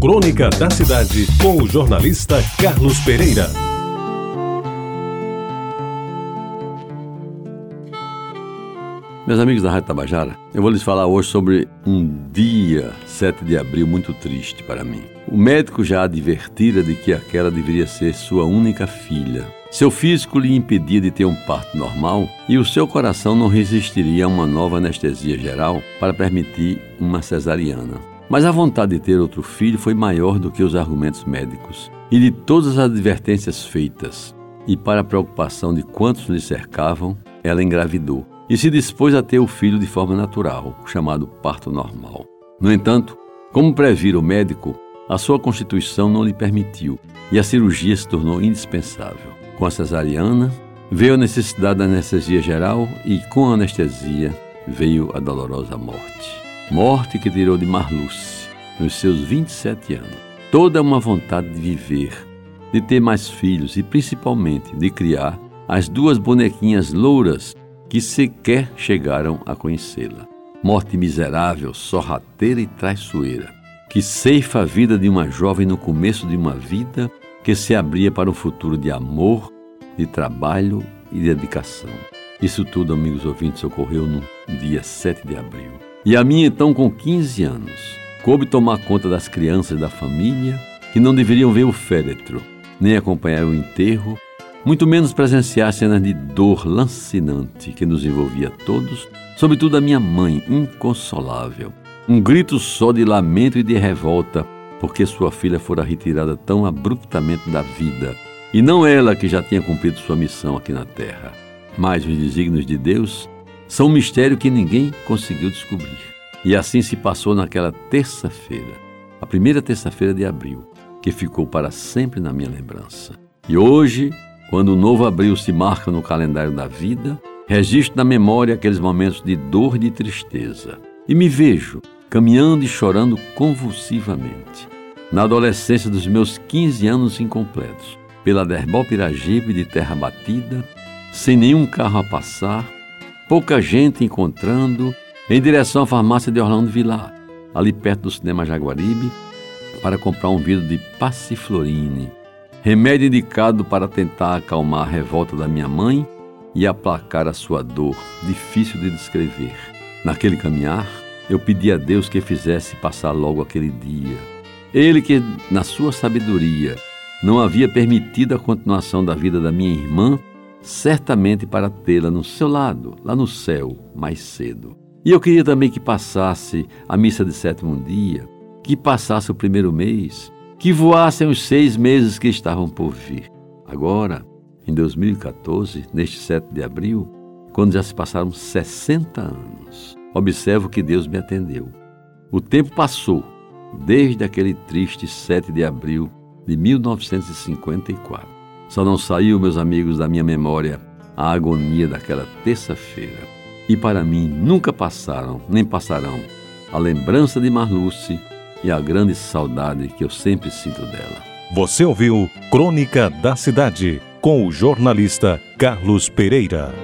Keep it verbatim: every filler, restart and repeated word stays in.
Crônica da Cidade, com o jornalista Carlos Pereira. Meus amigos da Rádio Tabajara, eu vou lhes falar hoje sobre um dia, sete de abril, muito triste para mim. O médico já advertira de que aquela deveria ser sua única filha. Seu físico lhe impedia de ter um parto normal e o seu coração não resistiria a uma nova anestesia geral para permitir uma cesariana. Mas a vontade de ter outro filho foi maior do que os argumentos médicos e de todas as advertências feitas. E para a preocupação de quantos lhe cercavam, ela engravidou e se dispôs a ter o filho de forma natural, chamado parto normal. No entanto, como previra o médico, a sua constituição não lhe permitiu e a cirurgia se tornou indispensável. Com a cesariana, veio a necessidade da anestesia geral e com a anestesia veio a dolorosa morte. Morte que tirou de Marluce, nos seus vinte e sete anos, toda uma vontade de viver, de ter mais filhos e principalmente de criar as duas bonequinhas louras que sequer chegaram a conhecê-la. Morte miserável, sorrateira e traiçoeira, que ceifa a vida de uma jovem no começo de uma vida que se abria para um futuro de amor, de trabalho e dedicação. Isso tudo, amigos ouvintes, ocorreu no dia sete de abril. E a mim, então, com quinze anos, coube tomar conta das crianças da família que não deveriam ver o féretro, nem acompanhar o enterro, muito menos presenciar cenas de dor lancinante que nos envolvia a todos, sobretudo a minha mãe, inconsolável. Um grito só de lamento e de revolta, porque sua filha fora retirada tão abruptamente da vida, e não ela que já tinha cumprido sua missão aqui na terra. Mas os desígnios de Deus são um mistério que ninguém conseguiu descobrir. E assim se passou naquela terça-feira, a primeira terça-feira de abril, que ficou para sempre na minha lembrança. E hoje, quando o novo abril se marca no calendário da vida, registro na memória aqueles momentos de dor e de tristeza. E me vejo caminhando e chorando convulsivamente. Na adolescência dos meus quinze anos incompletos, pela Derbal Piragibe de terra batida, sem nenhum carro a passar, pouca gente encontrando, em direção à farmácia de Orlando Vilar, ali perto do cinema Jaguaribe, para comprar um vidro de Passiflorine, remédio indicado para tentar acalmar a revolta da minha mãe e aplacar a sua dor, difícil de descrever. Naquele caminhar, eu pedi a Deus que fizesse passar logo aquele dia. Ele que, na sua sabedoria, não havia permitido a continuação da vida da minha irmã, certamente para tê-la no seu lado, lá no céu, mais cedo. E eu queria também que passasse a missa de sétimo dia, que passasse o primeiro mês, que voassem os seis meses que estavam por vir. Agora, em dois mil e catorze, neste sete de abril, quando já se passaram sessenta anos, observo que Deus me atendeu. O tempo passou, desde aquele triste sete de abril de mil novecentos e cinquenta e quatro. Só não saiu, meus amigos, da minha memória a agonia daquela terça-feira. E para mim nunca passaram, nem passarão, a lembrança de Marluce e a grande saudade que eu sempre sinto dela. Você ouviu Crônica da Cidade, com o jornalista Carlos Pereira.